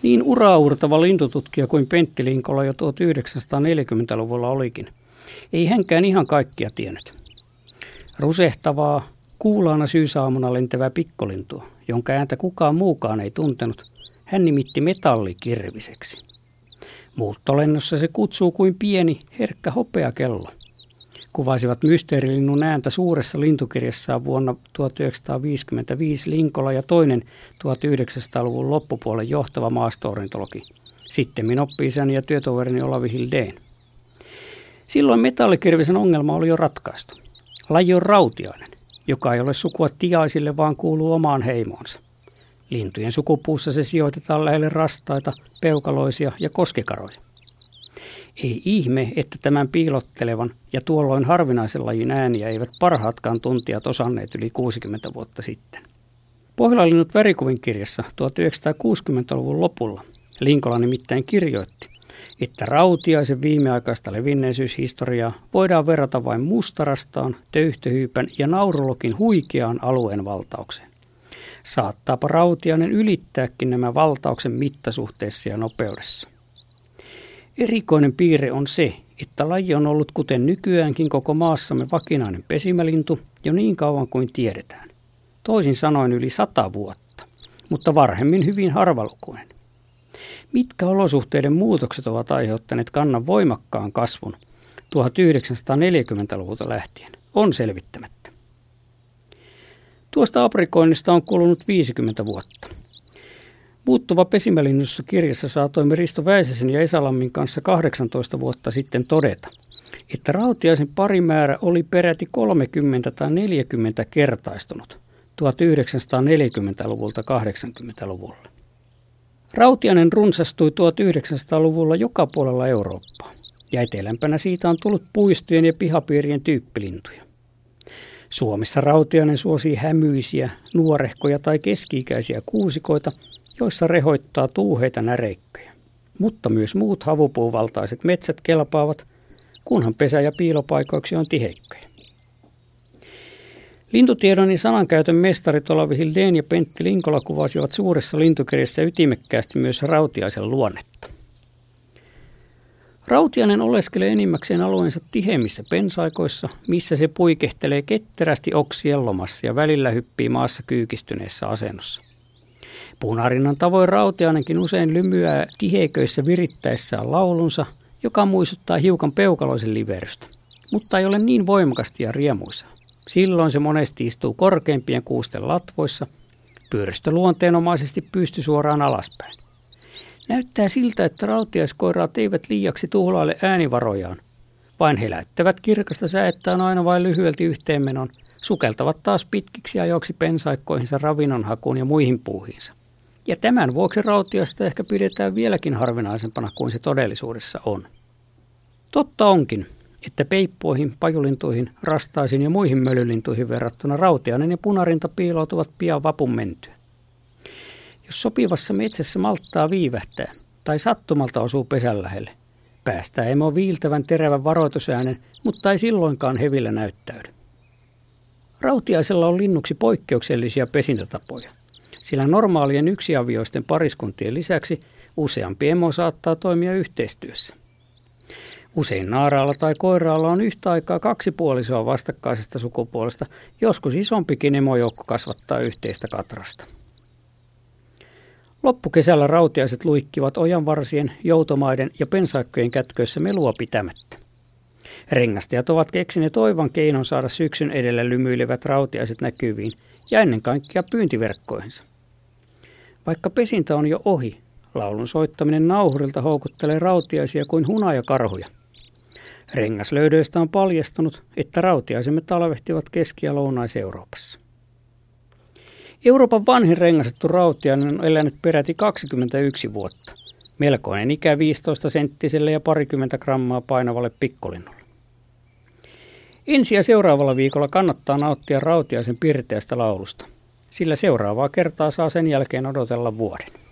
Niin uraauurtava lintututkija kuin Pentti Linkola jo 1940-luvulla olikin. Ei hänkään ihan kaikkia tiennyt. Rusehtavaa, kuulaana syysaamuna lentävää pikkolintua, jonka ääntä kukaan muukaan ei tuntenut, hän nimitti metallikirviseksi. Muuttolennossa se kutsuu kuin pieni, herkkä hopeakello. Kuvasivat mysteerilinnun ääntä suuressa lintukirjassaan vuonna 1955 Linkola ja toinen 1900-luvun loppupuolen johtava maasto-ornitologi, sittemmin oppi-isäni ja työtoverini Olavi Hildén. Silloin metallikirvisen ongelma oli jo ratkaistu. Laji on rautiainen, joka ei ole sukua tiaisille, vaan kuuluu omaan heimoonsa. Lintujen sukupuussa se sijoitetaan lähelle rastaita, peukaloisia ja koskikaroja. Ei ihme, että tämän piilottelevan ja tuolloin harvinaisen lajin ääniä eivät parhaatkaan tuntijat osanneet yli 60 vuotta sitten. Pohjolalinnut värikuvin kirjassa 1960-luvun lopulla Linkola nimittäin kirjoitti, että rautiaisen viimeaikaista levinneisyyshistoriaa voidaan verrata vain mustarastaan, töyhtöhyypän ja naurulokin huikeaan alueen valtaukseen. Saattaapa rautiainen ylittääkin nämä valtauksen mittasuhteessa ja nopeudessa. Erikoinen piirre on se, että laji on ollut kuten nykyäänkin koko maassamme vakinainen pesimälintu jo niin kauan kuin tiedetään. Toisin sanoen yli 100 vuotta, mutta varhemmin hyvin harvalukuinen. Mitkä olosuhteiden muutokset ovat aiheuttaneet kannan voimakkaan kasvun 1940-luvulta lähtien, on selvittämättä. Tuosta aprikoinnista on kulunut 50 vuotta. Muuttuva pesimälinnussa kirjassa saatoimme Risto Väisäsen ja Esa Lammin kanssa 18 vuotta sitten todeta, että rautiaisen parimäärä oli peräti 30 tai 40 kertaistunut 1940-luvulta 80-luvulle. Rautiainen runsastui 1900-luvulla joka puolella Eurooppaa, ja etelämpänä siitä on tullut puistojen ja pihapiirien tyyppilintuja. Suomessa rautiainen suosii hämyisiä, nuorehkoja tai keski-ikäisiä kuusikoita, joissa rehoittaa tuuheita näreikköjä. Mutta myös muut havupuuvaltaiset metsät kelpaavat, kunhan pesä- ja piilopaikoiksi on tiheikköjä. Lintutiedon ja sanankäytön mestarit Olavi Hildén ja Pentti Linkola kuvasivat suuressa lintukirjassa ytimekkäästi myös rautiaisen luonnetta. Rautiainen oleskelee enimmäkseen alueensa tiheimmissä pensaikoissa, missä se puikehtelee ketterästi oksien lomassa ja välillä hyppii maassa kyykistyneessä asennossa. Punarinnan tavoin rautiainenkin usein lymyää tiheiköissä virittäessään laulunsa, joka muistuttaa hiukan peukaloisen liverystä, mutta ei ole niin voimakasti ja riemuisaa. Silloin se monesti istuu korkeimpien kuusten latvoissa, pyörystö luonteenomaisesti pystysuoraan alaspäin. Näyttää siltä, että rautiaiskoiraat eivät liiaksi tuhlaile äänivarojaan, vain helättävät kirkasta säettään aina vain lyhyelti yhteenmenon, sukeltavat taas pitkiksi ajoiksi pensaikkoihinsa ravinnonhakuun ja muihin puuhiinsa. Ja tämän vuoksi rautiaista ehkä pidetään vieläkin harvinaisempana kuin se todellisuudessa on. Totta onkin, että peippoihin, pajulintuihin, rastaisiin ja muihin mölylintuihin verrattuna rautiainen ja punarinta piiloutuvat pian vapun mentyä. Jos sopivassa metsässä malttaa viivähtää tai sattumalta osuu pesän lähelle, päästää emo viiltävän terävän varoitusäänen, mutta ei silloinkaan hevillä näyttäydy. Rautiaisella on linnuksi poikkeuksellisia pesintätapoja, sillä normaalien yksiavioisten pariskuntien lisäksi useampi emo saattaa toimia yhteistyössä. Usein naaraalla tai koiraalla on yhtä aikaa 2 puolisoa vastakkaisesta sukupuolesta, joskus isompikin emojoukko kasvattaa yhteistä katrasta. Loppukesällä rautiaiset luikkivat ojanvarsien, joutomaiden ja pensaikkojen kätköissä melua pitämättä. Rengastajat ovat keksineet oivan keinon saada syksyn edellä lymyilevät rautiaiset näkyviin ja ennen kaikkea pyyntiverkkoihinsa. Vaikka pesintä on jo ohi, laulun soittaminen nauhurilta houkuttelee rautiaisia kuin hunajakarhuja. Rengaslöydöistä on paljastunut, että rautiaisemme talvehtivat Keski- ja Lounais-Euroopassa. Euroopan vanhin rengastettu rautiainen on elänyt peräti 21 vuotta. Melkoinen ikä 15-senttiselle ja 20 grammaa painavalle pikkulinnulle. Ensi ja seuraavalla viikolla kannattaa nauttia rautiaisen pirteästä laulusta, sillä seuraavaa kertaa saa sen jälkeen odotella vuoden.